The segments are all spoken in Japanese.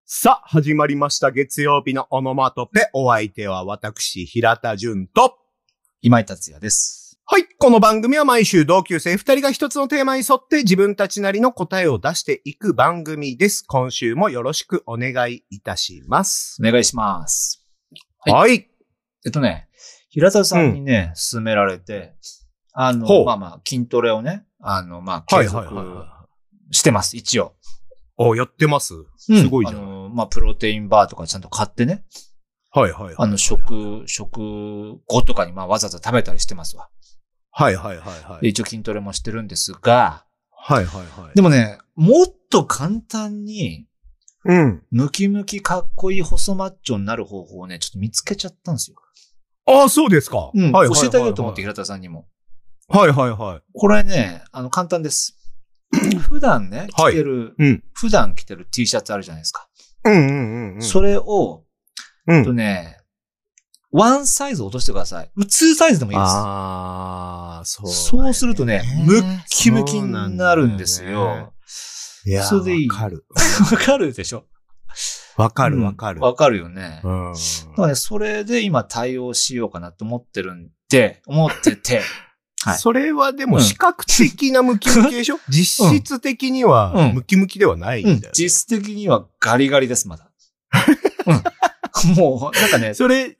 さあ、始まりました。月曜日のオノマトペ。お相手は私、平田純と、 今井達也です。 はい。この番組は毎週同級生2人が一つのテーマに沿って自分たちなりの答えを出していく番組です。今週もよろしくお願いいたします。 お願いします。 はい。 平田さんにね、勧められて、筋トレをね、継続してます、一応。 やってます。すごいじゃん。 プロテインバーとかちゃんと買ってね。 はいはい、はい。 食後とかにわざわざ食べたりしてますわ。 はいはいはいはい。 一応筋トレもしてるんですが。 はいはいはい。 でもね、もっと簡単に、ムキムキかっこいい細マッチョになる方法をね、ちょっと見つけちゃったんですよ。 ああ、そうですか。 はいはいはいはい、教えてあげようと思って、平田さんにも。 はいはいはい。 これね、簡単です。普段ね、普段着てる T シャツあるじゃないですか。それを、ワンサイズ落としてください。2サイズでもいいです。 ああ、そう、ね。 そうするとね、ムッキムキになるんですよ。 いや、 それでいい。 わかる。 わかるでしょ？ わかるわかる。 わかるよね。だからね、それで今対応しようかなと思ってて、 はい、それはでも視覚的なムキムキでしょ？実質的にはムキムキではないんだよ、ね。 実質的にはガリガリです、まだ。もう、なんかね。 それ、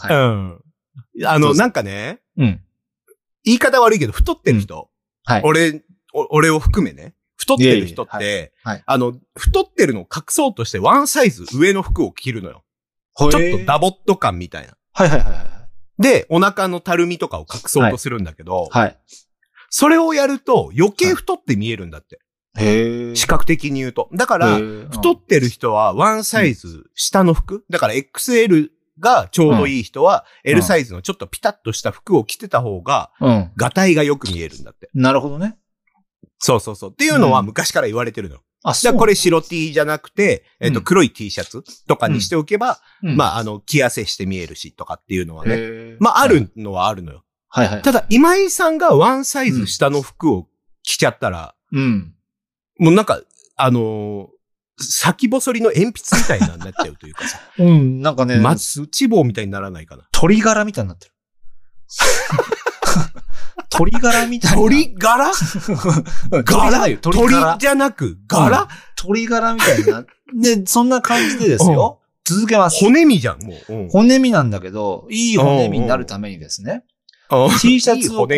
なんかね、言い方悪いけど、太ってる人、俺を含めね、太ってる人って、太ってるのを隠そうとしてワンサイズ上の服を着るのよ。ちょっとダボっと感みたいな。で、お腹のたるみとかを隠そうとするんだけど、それをやると余計太って見えるんだって。視覚的に言うと。だから、太ってる人はワンサイズ下の服、だから XL がちょうどいい人は L サイズのちょっとピタッとした服を着てた方が、がたいがよく見えるんだって。 なるほどね。 そうそうそう。っていうのは昔から言われてるの。じゃあこれ白 T じゃなくて、黒い T シャツとかにしておけば、着やせして見えるしとかっていうのはね。あるのはあるのよ。ただ、今井さんがワンサイズ下の服を着ちゃったら、もうなんか、先細りの鉛筆みたいになっちゃうというかさ。 なんかね。 マッチ棒みたいにならないかな。 鳥柄みたいになってる。鳥柄みたいな。 鳥柄柄鳥じゃなく、柄鳥柄みたいな。で、そんな感じでですよ。続けます。 骨身じゃん、もう。 骨身なんだけど、いい骨身になるためにですね。T シャツを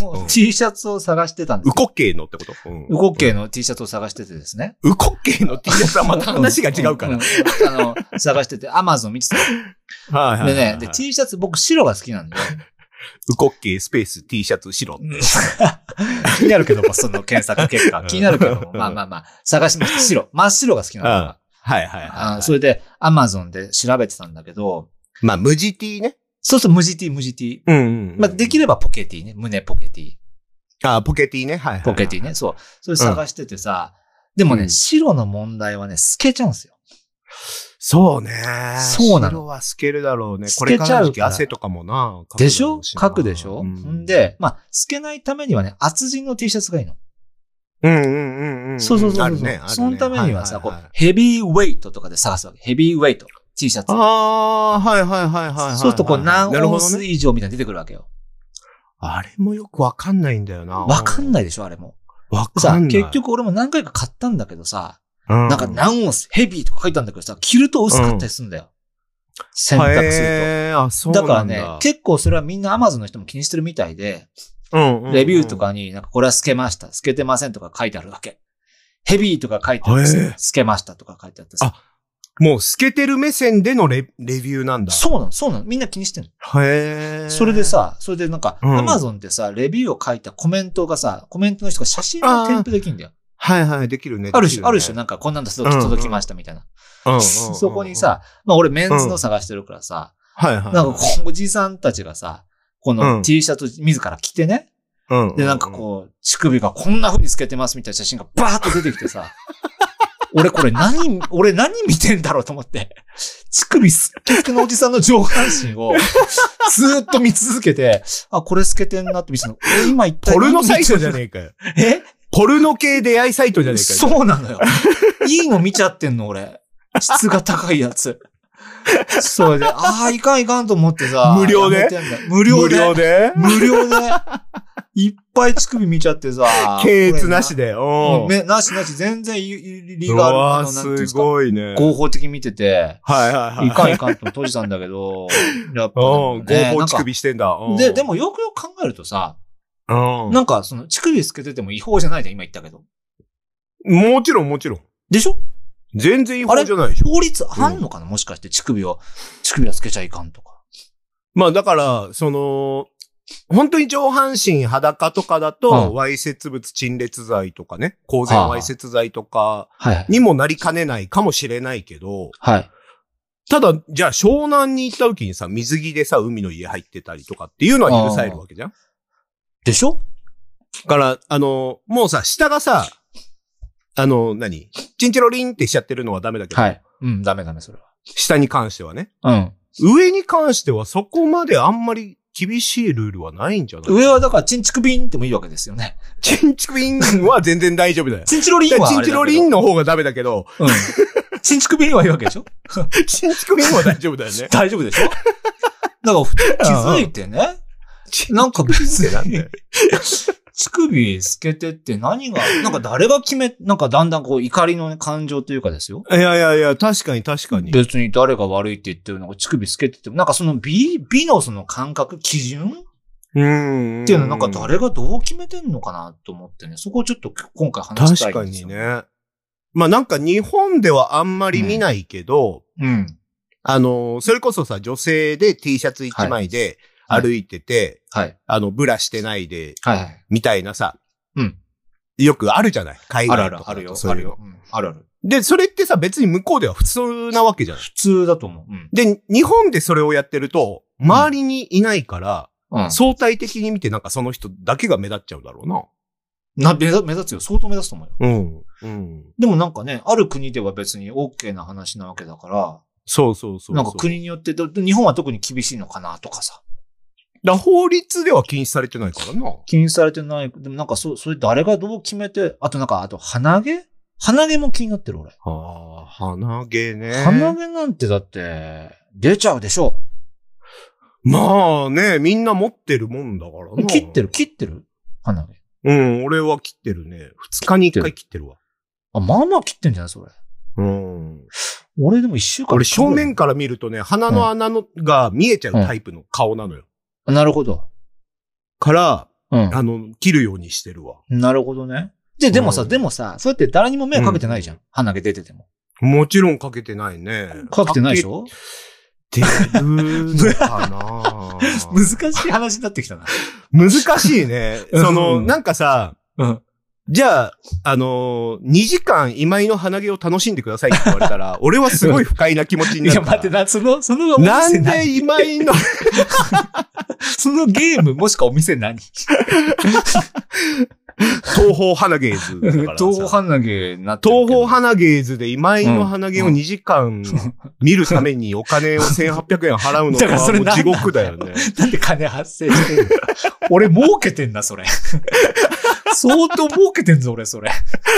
T シャツを探してたんです。 ウコッケーのってこと？ ウコッケーの T シャツを探しててですね。 ウコッケーの T シャツはまた話が違うから。 探してて、Amazon 見てた。でね、T シャツ僕白が好きなんで。 ウコッケースペース T シャツ白。 気になるけども、その検索結果。気になるけども、探しました。白。真っ白が好きなんだ。それで Amazon で調べてたんだけど。 無地 T ね。 そうそう、無地 T。できればポケ T ね。胸ポケ T。 ポケ T ね。 ポケ T ね。そう。それ探しててさ。でもね、白の問題はね、透けちゃうんですよ。 そうね。 そうなの。 白は透けるだろうね。これからの時期汗とかもな。 でしょ？かくでしょ？で、透けないためにはね、厚地の T シャツがいいの。そう。あるね。そのためにはさ、ヘビーウェイトとかで探すわけ。ヘビーウェイト。T シャツ。そうすると何オンス以上みたいに出てくるわけよ。 あれもよくわかんないんだよな。 わかんないでしょ、あれも。 わかんない。 結局俺も何回か買ったんだけどさ、なんか何オンス、ヘビーとか書いたんだけどさ、着ると薄かったりするんだよ。選択すると。だからね、結構それはみんな Amazon の人も気にしてるみたいで、レビューとかになんかこれは透けました、透けてませんとか書いてあるわけ。ヘビーとか書いてある。透けましたとか書いてあってさ。 もう透けてる目線でのレビューなんだ。 そうなの。みんな気にしてんの。それでなんか、Amazon ってさ、レビューを書いたコメントがさ、コメントの人が写真を添付できるんだよ。できるね。ある種、なんかこんなんだ届きましたみたいな。そこにさ、俺メンズの探してるからさ、なんかおじさんたちがさ、この T シャツ自ら着てね、で、なんかこう、乳首がこんな風に透けてますみたいな写真がバーッと出てきてさ、俺何見てんだろうと思って、乳首すっけすけのおじさんの上半身をずーっと見続けて、これ透けてんなって見てたの。今一体ポルノサイトじゃねえかよ。ポルノ系出会いサイトじゃねえかよ。 そうなのよ。いいの見ちゃってんの、俺。 質が高いやつ。それで、いかんと思ってさ。 無料で無料でいっぱい乳首見ちゃってさ。 検閲なしで。 なし、全然理がある。 すごいね。 合法的に見てて。 はい。 いかんと閉じたんだけど。やっぱ、 合法乳首してんだ。 でもよくよく考えるとさ、なんかその乳首つけてても違法じゃないじゃん、今言ったけど。 もちろん。 でしょ？ 全然違法じゃないでしょ。 法律あんのかな、もしかして乳首はつけちゃいかんとか。 まあだから、本当に上半身裸とかだと、わいせつ物陳列罪とかね、公然わいせつ罪とかにもなりかねないかもしれないけど、 はい。 ただ、じゃあ湘南に行った時にさ、水着でさ、海の家入ってたりとかっていうのは許されるわけじゃん？ でしょ？ だから、もうさ、下がさ、チンチロリンってしちゃってるのはダメだけど。 はい。ダメ、それは。 下に関してはね。 上に関してはそこまであんまり厳しいルールはないんじゃない？ 上はだからチンチクビンってもいいわけですよね。 チンチクビンは全然大丈夫だよ。 チンチロリンはチンチロリンの方がダメだけど。 チンチクビンはいいわけでしょ？ チンチクビンは大丈夫だよね。 大丈夫でしょ？だから気づいてね。なんか別に。乳首透けてって何が、なんか誰がなんかだんだんこう怒りの感情というかですよ。 いや、確かに。 別に誰が悪いって言ってるのか乳首透けてても、なんかその美のその感覚、基準っていうのはなんか誰がどう決めてんのかなと思ってね、そこをちょっと今回話したいんですよ。 確かにね。まあなんか日本ではあんまり見ないけど、それこそさ、女性で T シャツ1枚で、歩いてて、ブラしてないで、みたいなさ、よくあるじゃない？海外とか。 あるよ。ある。 で、それってさ、別に向こうでは普通なわけじゃない？ 普通だと思う。 で、日本でそれをやってると、周りにいないから、相対的に見てなんかその人だけが目立っちゃうだろうな。 目立つよ。相当目立つと思うよ。でもなんかね、ある国では別に OK な話なわけだから、 そう。 なんか国によって、日本は特に厳しいのかなとかさ。 法律では禁止されてないからな。 禁止されてない。でもなんかそれ誰がどう決めて、あと鼻毛も気になってる俺。 鼻毛ね。 鼻毛なんてだって、出ちゃうでしょ。 まあね、みんな持ってるもんだからな。 切ってる鼻毛。 俺は切ってるね。2日に1回切ってるわ。 まあまあ切ってんじゃないそれ。俺でも1週間。 俺正面から見るとね、鼻の穴が見えちゃうタイプの顔なのよ。 なるほど。 から、切るようにしてるわ。 なるほどね。でもさ、そうやって誰にも迷惑かけてないじゃん。鼻毛出てても。 もちろんかけてないね。 かけてないでしょ？ 出るのかな難しい話になってきたな。 難しいね。なんかさ、じゃあ、2時間今井の鼻毛を楽しんでくださいって言われたら、俺はすごい不快な気持ちになる。 いや、待って、そのなんで今井のそのゲームもしくはお店何？ 東方花ゲーズ。 東方花ゲーなってる。東方花ゲーズで今井の花毛を2時間見るためにお金を1800円払うのがもう地獄だよね。 なんで金発生してるの？俺儲けてんな、それ。相当儲けてんぞ、俺、それ。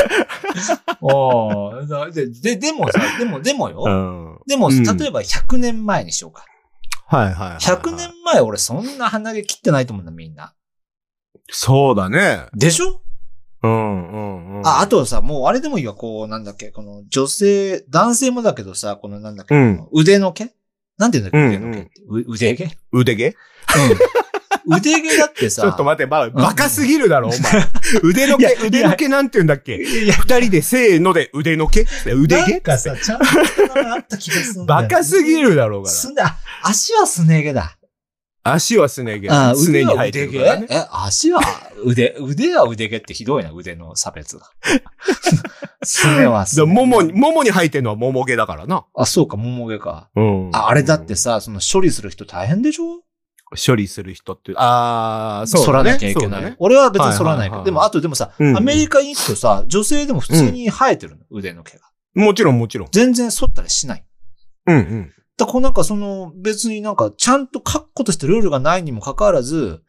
でもよ。でも、例えば100年前にしようか。100年前俺そんな鼻毛切ってないと思うんだ、みんな。 そうだね。 でしょ？あとさ、もうあれでもいいわ、こう、なんだっけ、この女性、男性もだけどさ、このなんだっけ、腕の毛？なんて言うんだっけ、腕の毛って。腕毛？ 腕毛？ 腕毛だってさ。 ちょっと待って、バカすぎるだろ、お前。腕の毛なんて言うんだっけ？二人でせーので腕の毛？腕毛？ なんかさ、ちゃんとあった気がするんだよ。 バカすぎるだろうが。 足はすね毛だ。 足はすね毛。すねに生えてるからね。 足は腕は腕毛ってひどいな、腕の差別が。すねはすね。 ももに生えてるのはもも毛だからな。 そうか、もも毛か。あれだってさ、その処理する人大変でしょ？ 処理する人って、そうだね。 剃らなきゃいけない。俺は別に剃らないから。でもさ、アメリカに行くとさ、女性でも普通に生えてるの、腕の毛が。 もちろん。 全然剃ったりしない。だからなんか別になんかちゃんと確固としてルールがないにもかかわらず、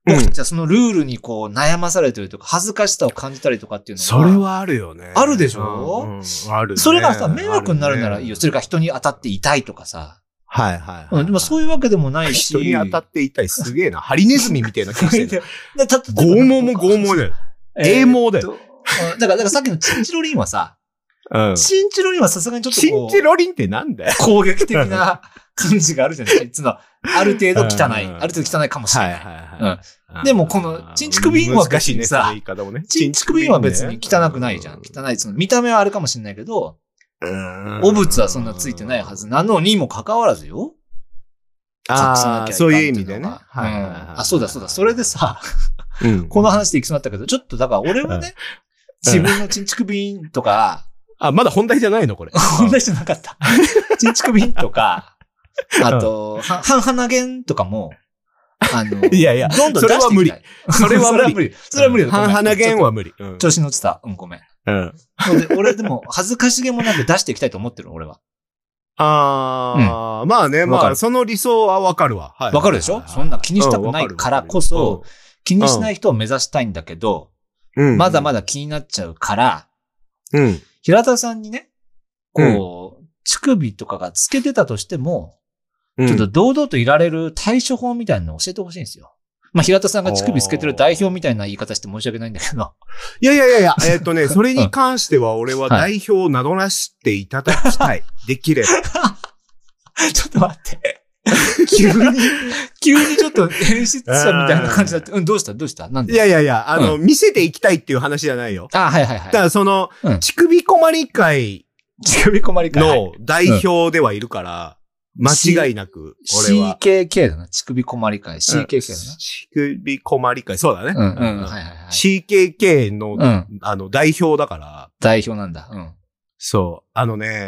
僕じゃそのルールにこう悩まされてるとか、恥ずかしさを感じたりとかっていうのは。 それはあるよね。 あるでしょ、ある、ね。それがさ、迷惑になるならいいよ。それから人に当たって痛いとかさ。 はいはい、 でもそういうわけでもないし。 人に当たって痛い。すげえな。ハリネズミみたいな気がしてる。拷問も拷問だよ。英毛だよ。 だからさっきのチンチロリンはさ、チンチロリンはさすがにちょっとチンチロリンってなんだよ。 攻撃的な感じがあるじゃないですか。ある程度汚い。ある程度汚いかもしれない。でもこのチンチクビーンは別にさ、チンチクビーンは別に汚くないじゃん。汚い。見た目はあるかもしれないけど、汚物はそんなついてないはずなのにもかかわらずよ。 隠さなきゃいけない。そういう意味でね。 そうだ。それでさ、この話で行きそうになったけど、ちょっとだから俺はね、自分のチンチクビーンとか、 まだ本題じゃないのこれ。 本題じゃなかった。チンチクビンとか、あと、半花弦とかも、 いやいや、 どんどん出していきたい。 それは無理。それは無理。 それは無理だ。 半花弦は無理。 調子乗ってた。ごめん。俺でも、恥ずかしげもなく出していきたいと思ってる、俺は。 まあね、まあ、その理想はわかるわ。 わかるでしょ？そんな気にしたくないからこそ、気にしない人を目指したいんだけど、まだまだ気になっちゃうから、平田さんにね、こう、乳首とかがつけてたとしても、ちょっと堂々といられる対処法みたいなのを教えてほしいんですよ。まあ、平田さんが乳首つけてる代表みたいな言い方して申し訳ないんだけど。 いや、それに関しては俺は代表を名乗らしていただきたい。できれば。 ちょっと待って。急にちょっと演出者みたいな感じだって。どうしたなんで？ いや、見せていきたいっていう話じゃないよ。 はい。 だからその、乳首困り会の代表ではいるから、間違いなく、俺は。 CKK だな。乳首困り会。CKK だな。 乳首困り会。そうだね。 CKK の、代表だから。 代表なんだ。 そう。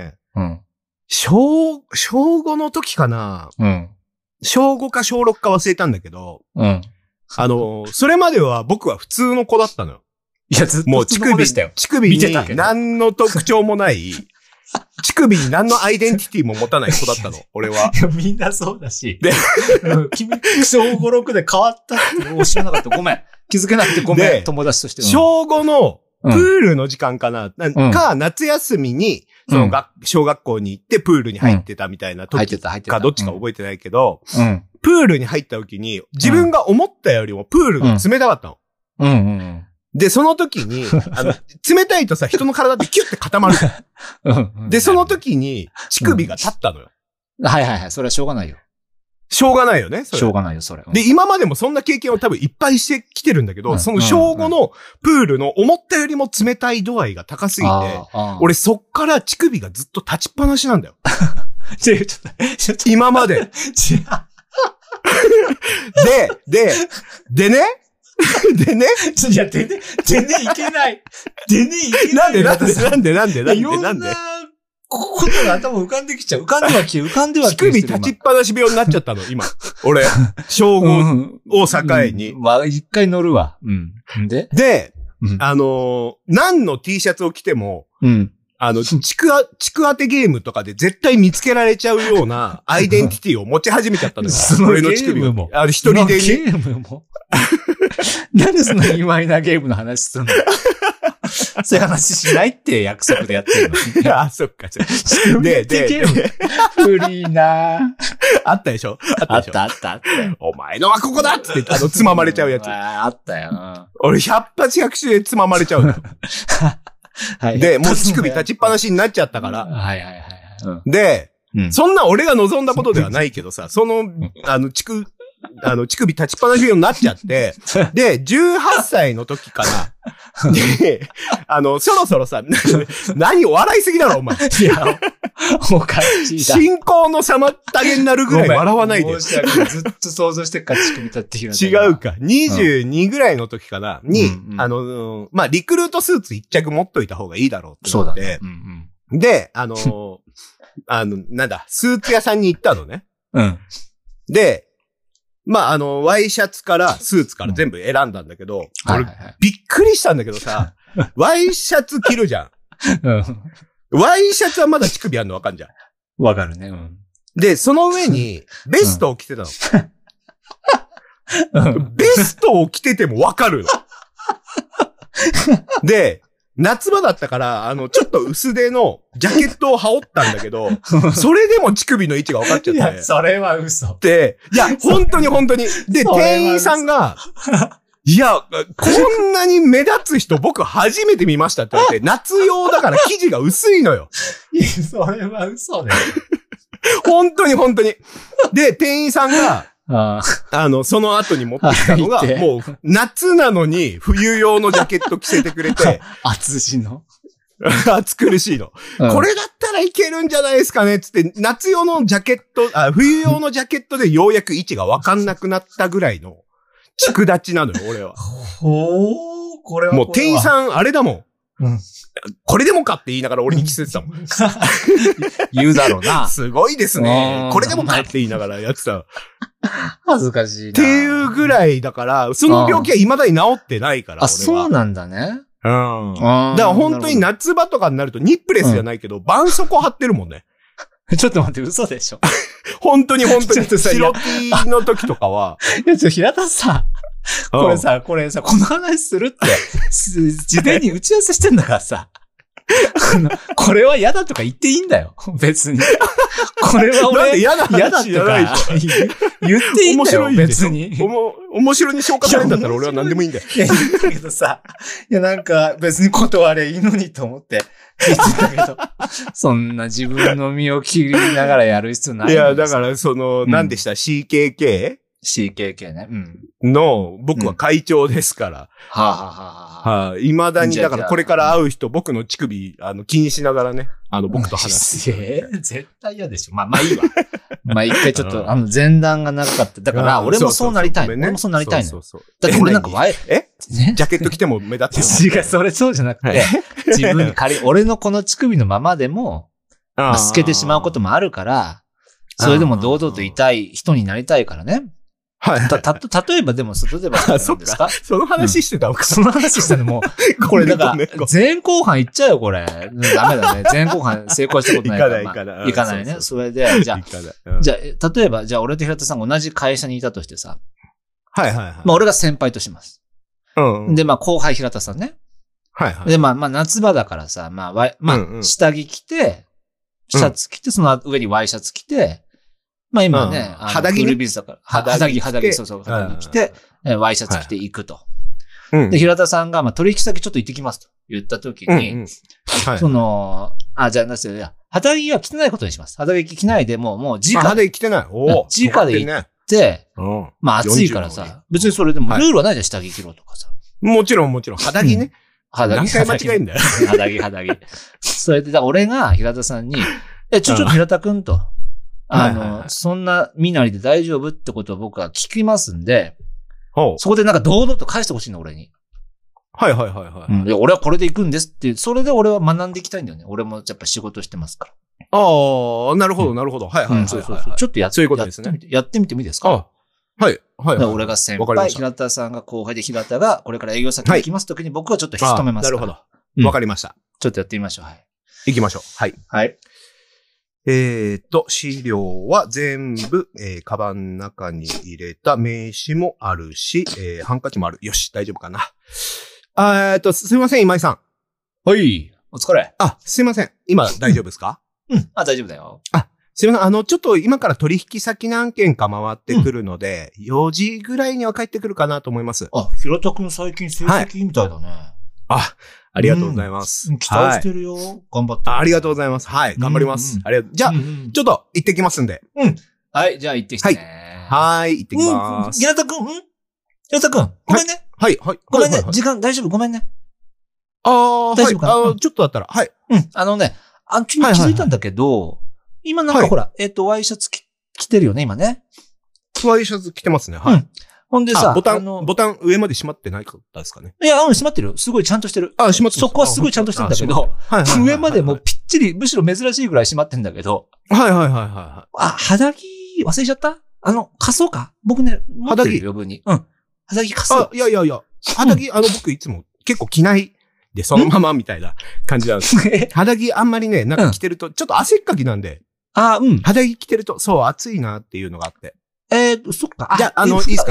小5の時かな。小5か小6か忘れたんだけど。それまでは僕は普通の子だったのよ。 いや、ずっともう乳首に何の特徴もない、乳首に何のアイデンティティも持たない子だったの、俺は。 みんなそうだし。で、君、小5、6で変わったって知らなかった。ごめん。気づけなくてごめん。友達として。 小5のプールの時間かな。夏休みに、小学校に行ってプールに入ってたみたいな時かどっちか覚えてないけど、プールに入った時に、自分が思ったよりもプールが冷たかったの。で、その時に、冷たいとさ、人の体ってキュッて固まるじゃん。で、その時に、乳首が立ったのよ。 はい。それはしょうがないよ。 しょうがないよね、それ。 しょうがないよ、それ。 で、今までもそんな経験を多分いっぱいしてきてるんだけど、その小5のプールの思ったよりも冷たい度合いが高すぎて、俺そっから乳首がずっと立ちっぱなしなんだよ。 ちょっと。 今まで。でねいや、でねいけない。 なんでいろんなことが頭浮かんできちゃう。浮かんではきて乳首立ちっぱなし病になっちゃったの、今。俺。小5を境に。 まあ、一回乗るわ。で、 何の T シャツを着ても、ちく当てゲームとかで絶対見つけられちゃうようなアイデンティティを持ち始めちゃったのよ。俺の乳首も。一人でに。 ゲームもなんでそんな意外なゲームの話するの？そういう話しないって約束でやってるの。 そっか。で、 フリーなあったでしょ？ あった。 お前のはここだっつって、つままれちゃうやつ。 あったよ。 俺100発100中でつままれちゃうの。で、もう乳首立ちっぱなしになっちゃったから。で、そんな俺が望んだことではないけどさ、乳首立ちっぱなしになっちゃって、で、18歳の時かな。で、そろそろさ、何笑いすぎだろ、お前。 いや、おかしいだ。 進行の妨げになるぐらい笑わないで。 申し訳ない。ずっと想像してっから乳首立ってき違うか。22ぐらいの時かな。に、まあ、リクルートスーツ一着持っといた方がいいだろうって思って。で、なんだ、スーツ屋さんに行ったのね。で、まあ、ワイシャツからスーツから全部選んだんだけど、俺、びっくりしたんだけどさ、ワイシャツ着るじゃん。ワイシャツはまだ乳首あんのわかんじゃん。 わかるね。 で、その上に、ベストを着てたの。ベストを着ててもわかるの。で、夏場だったから、ちょっと薄手のジャケットを羽織ったんだけど、それでも乳首の位置が分かっちゃって。いや、 それは嘘。 で、いや、本当に。で、店員さんが、いや、こんなに目立つ人僕初めて見ましたって言って、夏用だから生地が薄いのよ。 いや、それは嘘だよ。 本当に。で、店員さんが、その後に持ってきたのが、もう、夏なのに冬用のジャケット着せてくれて。 暑苦しいの、これだったらいけるんじゃないですかねつって、夏用のジャケット、冬用のジャケットでようやく位置がわかんなくなったぐらいの、蓄立ちなのよ、俺は。 これは。 もう店員さん、あれだもん。これでもかって言いながら俺に着せてたもん。 言うだろうな。 すごいですね。これでもかって言いながらやってた。 恥ずかしいな。 っていうぐらいだから、その病気は未だに治ってないから。 そうなんだね。 だから本当に夏場とかになるとニップレスじゃないけど、絆創膏貼ってるもんね。 ちょっと待って、嘘でしょ。 本当に。白 T の時とかは。 いや、平田さん。これさ、この話するって、事前に打ち合わせしてんだからさ。これは嫌だとか言っていいんだよ。別に。これは俺、嫌だとか言っていいんだよ、別に。 面白に消化されるんだったら俺は何でもいいんだよ。 いや、いいんだけどさ。いや、なんか別に断ればいいのにと思って言ってたけど。そんな自分の身を切りながらやる必要ない。 いや、だから何でした ?CKK?CKK ね。 の、僕は会長ですから。未だに、だからこれから会う人、僕の乳首、気にしながらね、僕と話す。 絶対嫌でしょ。まあいいわ。まあ一回ちょっと、前段が長かった。だから、俺もそうなりたい。俺もそうなりたいの。だって俺なんかジャケット着ても目立つよ。 違う、それそうじゃなくて、自分に俺のこの乳首のままでも、透けてしまうこともあるから、それでも堂々といたい人になりたいからね。はい。例えばでも、例えば何ですか？ その話してたのか。 その話したのも、これだから、前後半いっちゃうよ、これ。ダメだね。前後半成功したことないから。いかないね。それで、じゃあ、例えば、じゃあ俺と平田さんが同じ会社にいたとしてさ。 はい。まあ俺が先輩とします。で、後輩平田さんね。 はい。 で、夏場だからさ、下着着て、シャツ着て、その上にワイシャツ着て、今ね、 肌着だから。肌着、そう、肌着着て、ワイシャツ着て行くと。で、平田さんが、取引先ちょっと行ってきますと言った時に、じゃあ、肌着は着てないことにします。肌着着ないでもう直。 肌着着てない。 直で行って、暑いからさ、別にそれでもルールはないじゃん、下着着ろとかさ。 もちろん。肌着ね。 何回間違えんだよ。 肌着。それで、俺が平田さんに、ちょっと平田くんと。そんな身なりで大丈夫ってことを僕は聞きますんで、そこでなんか堂々と返してほしいの、俺に。 はい。 俺はこれで行くんですって、それで俺は学んでいきたいんだよね。俺もやっぱ仕事してますから。 なるほど。はい。 そう。ちょっとそういうことですね。 やってみてもいいですか？ はい。 俺が先輩、平田さんが後輩で平田がこれから営業先に行きますときに僕はちょっと引き止めます。 なるほど。わかりました。 ちょっとやってみましょう。はい。 行きましょう。はい。 はい。 資料は全部、カバンの中に入れた名刺もあるし、ハンカチもある。よし、大丈夫かな。すいません、今井さん。 はい。お疲れ。 すいません。今大丈夫ですか？ 大丈夫だよ。 すいません。ちょっと今から取引先何件か回ってくるので、4時ぐらいには帰ってくるかなと思います。 平田くん最近成績いいみたいだね。 ありがとうございます。 期待してるよ。頑張って。 ありがとうございます。はい。頑張ります。じゃあ、ちょっと行ってきますんで。 はい。じゃあ行ってきてね。 はい。行ってきます。 平田くんごめんね。 はい。 ごめんね。時間大丈夫？ごめんね。 大丈夫かな？ちょっとだったら。はい。 気づいたんだけど、今なんかほら、ワイシャツ着てるよね、今ね。 ワイシャツ着てますね。はい。 ほんでさ、 ボタン上まで閉まってないかったですかね。 いや、閉まってるよ。すごいちゃんとしてる。 閉まってる。 そこはすごいちゃんとしてるんだけど、上までもうぴっちり、むしろ珍しいぐらい閉まってんだけど。 はい。 肌着忘れちゃった？貸そうか？僕ね、 肌着余分に。肌着貸そう。 いや。肌着、僕いつも結構着ないで、そのままみたいな感じなんです。肌着あんまりね、なんか着てると、ちょっと汗っかきなんで。肌着着てると、そう、暑いなっていうのがあって。 そっか。 じゃあ、いいですかね。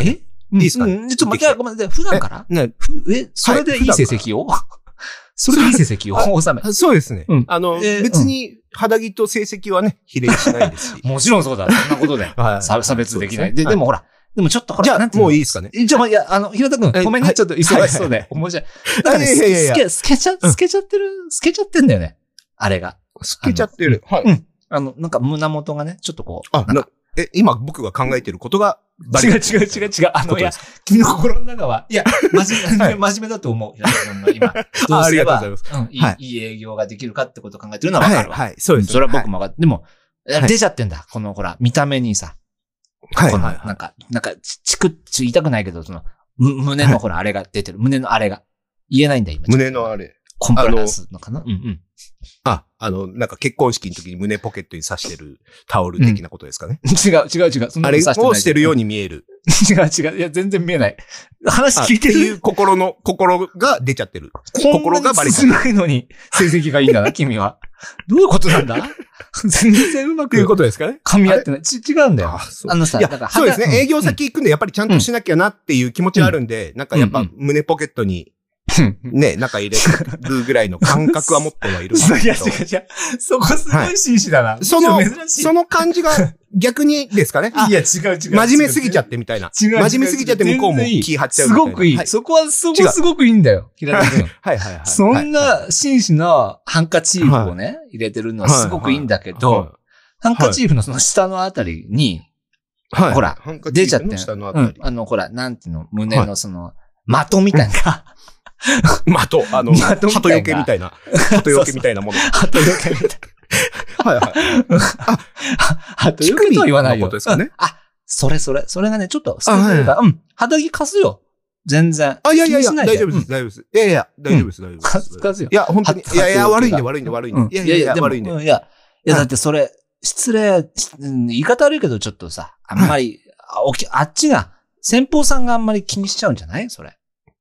いいですか？ ちょっと待って、ごめんなさい。普段からそれでいい成績をそれでいい成績を収め。 そうですね。別に、肌着と成績はね、比例しないですし。 もちろんそうだ。そんなことで。差別できない。でもほら、でもちょっとほら、 じゃあ、もういいですかね。 じゃあ、いや、平田くん、ごめんね、ちょっと忙しそうで。面白い。なんかね、透けちゃってんだよね。あれが。 透けちゃってる。 はい。なんか胸元がね、ちょっとこう。 今僕が考えてることが、 違う。いや、君の心の中は、いや、真面目だと思う。今、どうすれば、いい営業ができるかってことを考えてるのはわかるわ。 はい、そうです。 それは僕も分かって。でも、出ちゃってんだ。このほら、見た目にさ。はい。なんか、痛くないけど、胸のほら、あれが出てる。胸のあれが。言えないんだ、今。 胸のあれ。 コンプライアンスのかな？ なんか結婚式の時に胸ポケットに刺してるタオル的なことですかね。 違う。 あれをしてるように見える。 違う。いや、全然見えない。話聞いてる。 っていう心が出ちゃってる。心がバレちゃってる。 ないのに成績がいいんだな、君は。どういうことなんだ？全然うまく。 いうことですかね。 噛み合ってない。違うんだよ。 さ、そうですね。営業先行くんでやっぱりちゃんとしなきゃなっていう気持ちはあるんで、なんかやっぱ胸ポケットに、ね、中入れるぐらいの感覚は持ってはいるんですけど。 いや、違う。そこすごい紳士だな。 その感じが逆にですかね。 いや、違う。 真面目すぎちゃってみたいな。真面目すぎちゃって向こうも気張っちゃうみたいな。 すごくいい。そこすごくいいんだよ。平田君。 はい。 そんな紳士なハンカチーフをね、入れてるのはすごくいいんだけど、ハンカチーフのその下のあたりに、ほら、出ちゃって。ほら、なんていうの、胸のその、的みたいな。 鳩よけみたいな。鳩よけみたいなもの。 鳩よけみたいな。はい。鳩よけとは言わないよ。 ことですかね。 それがね、ちょっと、肌着貸すよ。全然。 いや、大丈夫です。いや、大丈夫です。 貸すよ。 いや、本当に。いや、悪いんで。いや、悪いんで。 いや、だってそれ、失礼、言い方悪いけど、ちょっとさ、あんまり、あっちが、先方さんがあんまり気にしちゃうんじゃないそれ。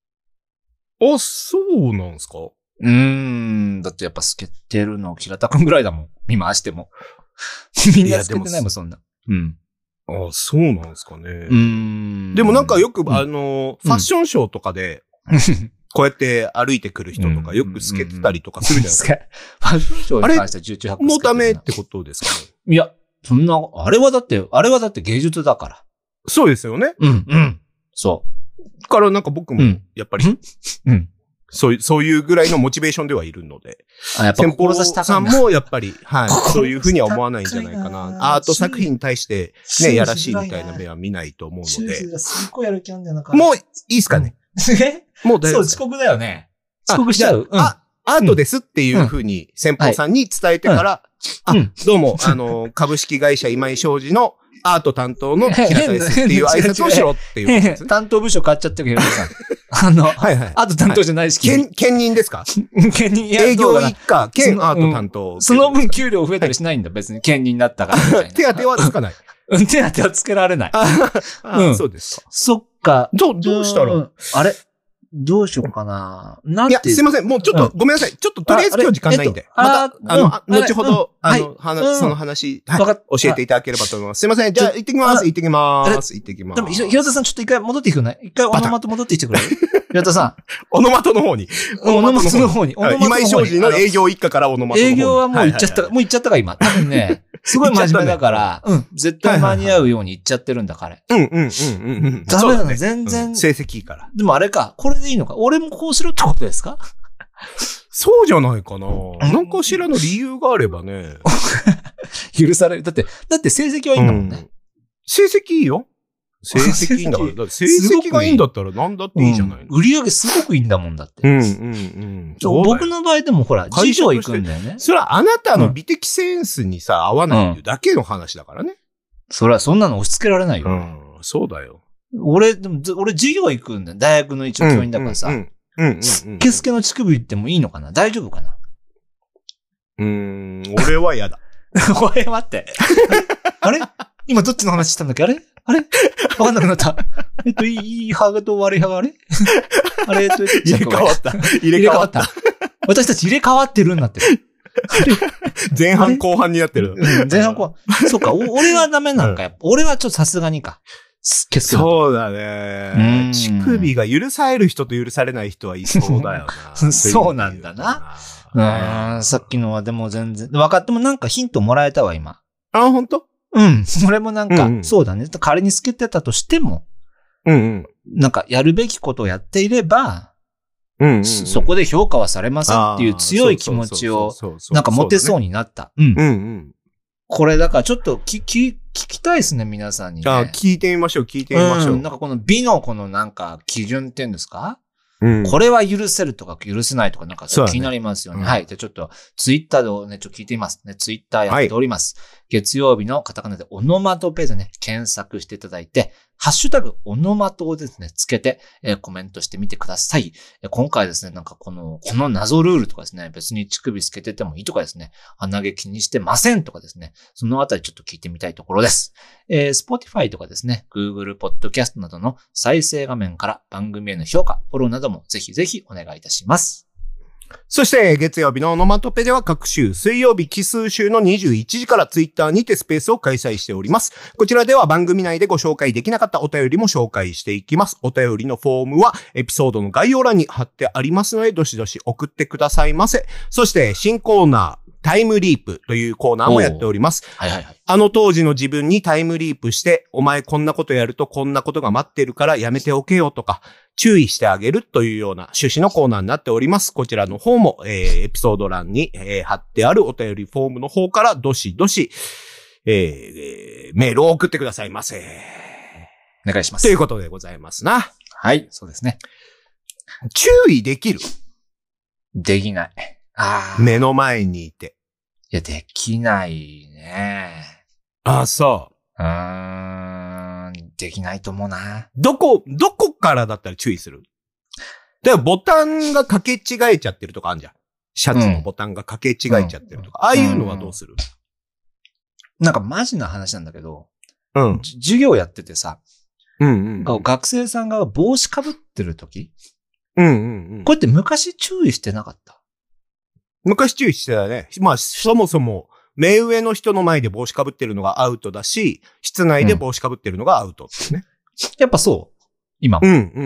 そうなんすか？ だってやっぱ透けてるの平田くんぐらいだもん。見回しても。みんな透けてないもん、そんな。 そうなんすかね。でもなんかよく、ファッションショーとかで、こうやって歩いてくる人とかよく透けてたりとかするじゃないですか。 ファッションショーに関しては重々 のためってことですかね。 いや、そんな、あれはだって芸術だから。 そうですよね。 そう。 からなんか僕も、やっぱり、そういうぐらいのモチベーションではいるので。 やっぱ志高いさんもやっぱり、そういうふうには思わないんじゃないかな。アート作品に対して、ね、やらしいみたいな目は見ないと思うので。 すっごいやる気あんだよな。 もういいですかね。もう大丈夫。 そう、遅刻だよね。遅刻しちゃう。 アートですっていうふうに先方さんに伝えてから、どうも、株式会社今井商事のアート担当の平田ですっていう挨拶をしろっていうことですね。 担当部署変わっちゃってるけどさん。アート担当じゃないし。 兼任ですか？ 兼任。 営業一課、兼アート担当。 その分給料増えたりしないんだ、別に兼任になったから。 手当はつかない。 手当はつけられない。 そうですか。 そっか。 どうしたら？ あれどうしようかな。 いや、すいません。もうちょっと、ごめんなさい。ちょっと、とりあえず今日時間ないんで。また、後ほど、その話、教えていただければと思います。すいません。じゃあ、行ってきます。でも、 平田さんちょっと一回戻ってきてくれない？一回オノマト戻ってきてくれる？平田さん。 オノマトの方に。 オノマトの方に。 今井商事の営業一課からオノマトの方に。 営業はもう行っちゃった、もう行っちゃったか、今。多分ね、すごい真面目だから、絶対間に合うように行っちゃってるんだ、彼。ダメだね、全然。 成績いいから。 でもあれか、これでいいのか？俺もこうしろってことですか？ そうじゃないかな。なんかしらの理由があればね。 許される。だって成績はいいんだもんね。 成績いいよ。成績いいんだから。成績がいいんだったら何だっていいじゃないの。 売り上げすごくいいんだもんだって。僕の場合でもほら、事業行くんだよね。 それはあなたの美的センスにさ、合わないっていうだけの話だからね。 それはそんなの押し付けられないよ。 そうだよ。 俺授業行くんだよ。大学の一応教員だからさ。スケスケの乳首行ってもいいのかな？大丈夫かな？ 俺は嫌だ。 待って。あれ今どっちの話したんだっけ？あれわかんなくなった。いい派と悪い派があれ入れ替わった。 私たち入れ替わってるんなってる。 前半後半になってる。 前半後半。そうか、俺はダメなんか、やっぱ。俺はちょっとさすがにか。 気をつけろ。 そうだね。乳首が許される人と許されない人はいそうだよな。 そうなんだな。さっきのはでも全然、分かってもなんかヒントもらえたわ、今。 あ、本当？ うん。それもなんか、そうだね。仮に透けてたとしても、なんかやるべきことをやっていれば、そこで評価はされませんっていう強い気持ちを、なんか持てそうになった。これだからちょっと聞きたいですね、皆さんに、ね。 聞いてみましょう。 なんかこの美のこのなんか基準っていうんですか？これは許せるとか許せないとかなんか気になりますよね。はい。じゃあちょっとツイッターでね、ちょっと聞いてみますね。ツイッターやっております。月曜日のカタカナでオノマトペでね、検索していただいて、ハッシュタグオノマトをですね、つけて、コメントしてみてください。今回ですね、なんかこの謎ルールとかですね、別に乳首つけててもいいとかですね、鼻毛気にしてませんとかですね、そのあたりちょっと聞いてみたいところです。Spotify とかですね、Google Podcast などの再生画面から番組への評価、フォローなどもぜひぜひお願いいたします。 そして、月曜日のオノマトペでは各週、水曜日奇数週の21時からツイッターにてスペースを開催しております。こちらでは番組内でご紹介できなかったお便りも紹介していきます。お便りのフォームはエピソードの概要欄に貼ってありますので、どしどし送ってくださいませ。そして、新コーナー、タイムリープというコーナーもやっております。あの当時の自分にタイムリープして、お前こんなことやるとこんなことが待ってるからやめておけよとか、注意してあげるというような趣旨のコーナーになっております。こちらの方も、エピソード欄に、貼ってあるお便りフォームの方からどしどし、メールを送ってくださいませ。 お願いします。 ということでございますな。 はい、そうですね。 注意できる？ できない。 目の前にいて。 いや、できないね。 そう。 できないと思うな。 どこからだったら注意する？でもボタンが掛け違えちゃってるとかあるじゃん。シャツのボタンが掛け違えちゃってるとか。ああいうのはどうする？ なんかマジな話なんだけど、授業やっててさ、学生さんが帽子かぶってる時、こうやって昔注意してなかった？ 昔注意してたね。まあ、そもそも、目上の人の前で帽子かぶってるのがアウトだし、室内で帽子かぶってるのがアウトってね。 やっぱそう今も。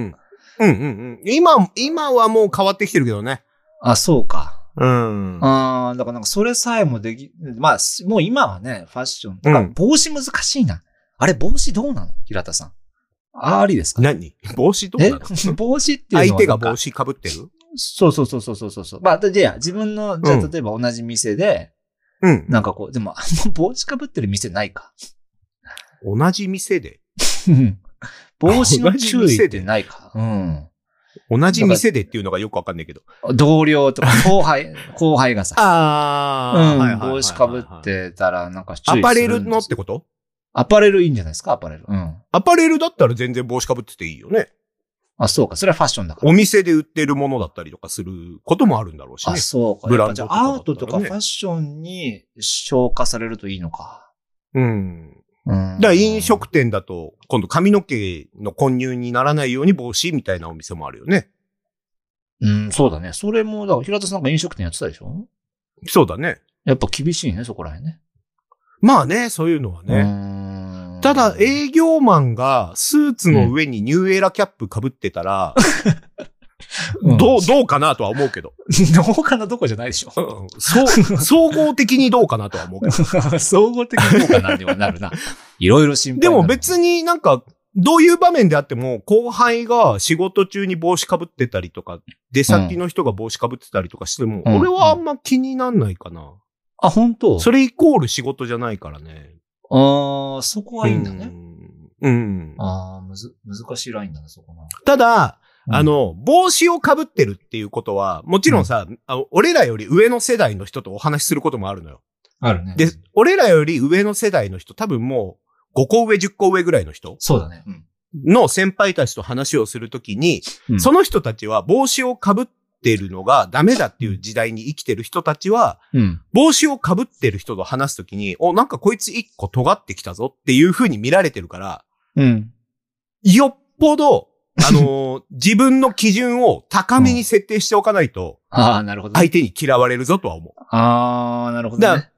今はもう変わってきてるけどね。 そうか。だからなんかそれさえもまあ、もう今はね、ファッション。だから帽子難しいな。あれ、帽子どうなの？平田さん。ありですか？ 何？帽子どうなの？ 帽子っていうのは。 相手が帽子かぶってる？ そう。まあ、じゃあ、自分の、例えば同じ店で、なんかこう、でも、帽子かぶってる店ないか。 同じ店で帽子の注意ってないか。 同じ店でっていうのがよくわかんないけど。 同僚とか、後輩がさ。帽子かぶってたら、なんか注意する。 アパレルのってこと？ アパレルいいんじゃないですか、アパレル。 アパレルだったら全然帽子かぶってていいよね。 そうか。それはファッションだから。 お店で売ってるものだったりとかすることもあるんだろうしね。 そうか。 ブランドとか、アートとかファッションに消化されるといいのか。 だから飲食店だと、今度髪の毛の混入にならないように帽子みたいなお店もあるよね。 そうだね。それも、だから平田さんが飲食店やってたでしょ？ そうだね。 やっぱ厳しいね、そこら辺ね。 まあね、そういうのはね。ただ、営業マンがスーツの上にニューエラキャップ被ってたら、どうかなとは思うけど。 どうかなどこじゃないでしょ。 総合的にどうかなとは思うけど。 総合的にどうかなにはなるな。いろいろ心配。 でも別になんか、どういう場面であっても、後輩が仕事中に帽子被ってたりとか、出先の人が帽子被ってたりとかしても、俺はあんま気になんないかな。 本当？ それイコール仕事じゃないからね。 そこはいいんだね。難しいラインだね、そこな。 ただ、帽子を被ってるっていうことは、もちろんさ、俺らより上の世代の人とお話しすることもあるのよ。 あるね。 で、俺らより上の世代の人、多分もう、5個上、10個上ぐらいの人。 そうだね。 の先輩たちと話をするときに、その人たちは帽子を被ってるのがダメだっていう時代に生きてる人たちは、帽子を被ってる人と話すときに、なんかこいつ一個尖ってきたぞっていう風に見られてるから、よっぽど、自分の基準を高めに設定しておかないと、 なるほど。 相手に嫌われるぞとは思う。 なるほど、ね。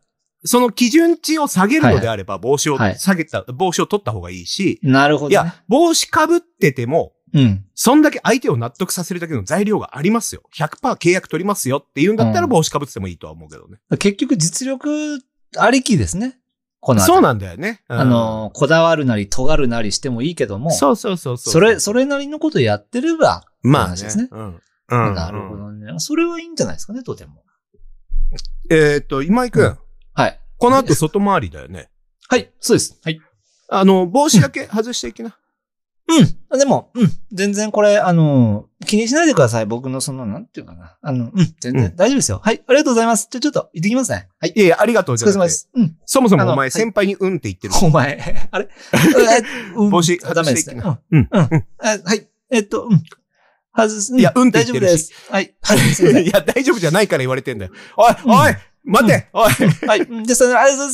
その基準値を下げるのであれば、帽子を取った方がいいし。 なるほど、ね。 いや、帽子被ってても、そんだけ相手を納得させるだけの材料がありますよ。100% 契約取りますよって言うんだったら帽子被っててもいいとは思うけどね。 結局実力ありきですね。 そうなんだよね。 こだわるなり、尖るなりしてもいいけども。 そう。それなりのことやってれば、 まあ、 話ですね。なるほどね。それはいいんじゃないですかね、とても。 今井くん。 はい。 この後外回りだよね。 はい、そうです。はい。 帽子だけ外していきな。 でも、全然これ、気にしないでください。僕のなんていうかな。全然大丈夫ですよ。はい、ありがとうございます。ちょっと行ってきますね。はい。 いや、ありがとう。 お疲れ様です。 そもそもお前先輩にって言ってる。 お前、あれ帽子外していきな。 はい。外す。 いや、って言ってるし。 はい。いや、大丈夫じゃないから言われてんだよ。おい待ておいはい。で、ありがとうございます。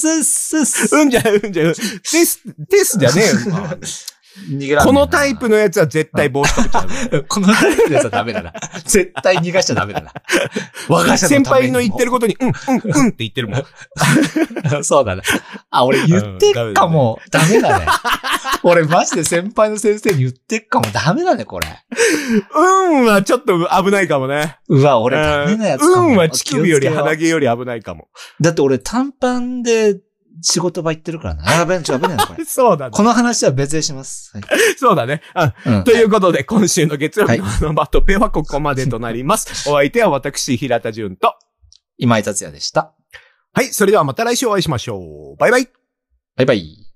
じゃねテスじゃねえよ。このタイプのやつは絶対帽子かぶっちゃダメ。 このタイプのやつはダメだな。絶対逃がしちゃダメだな。 我が社の先輩の言ってることに、って言ってるもん。そうだね。俺言ってっかも。ダメだね。俺マジで先輩の先生に言ってっかも。ダメだね、これ。 はちょっと危ないかもね。 俺ダメなやつかも。 は乳首より鼻毛より危ないかも。 だって俺短パンで、仕事場行ってるからな。やべえな、これ。 そうだね。 この話は別にします。はい、 そうだね。ということで、今週の月曜日のバトペはここまでとなります。お相手は私、平田純と、 今井達也でした。 はい、それではまた来週お会いしましょう。バイバイ。 バイバイ。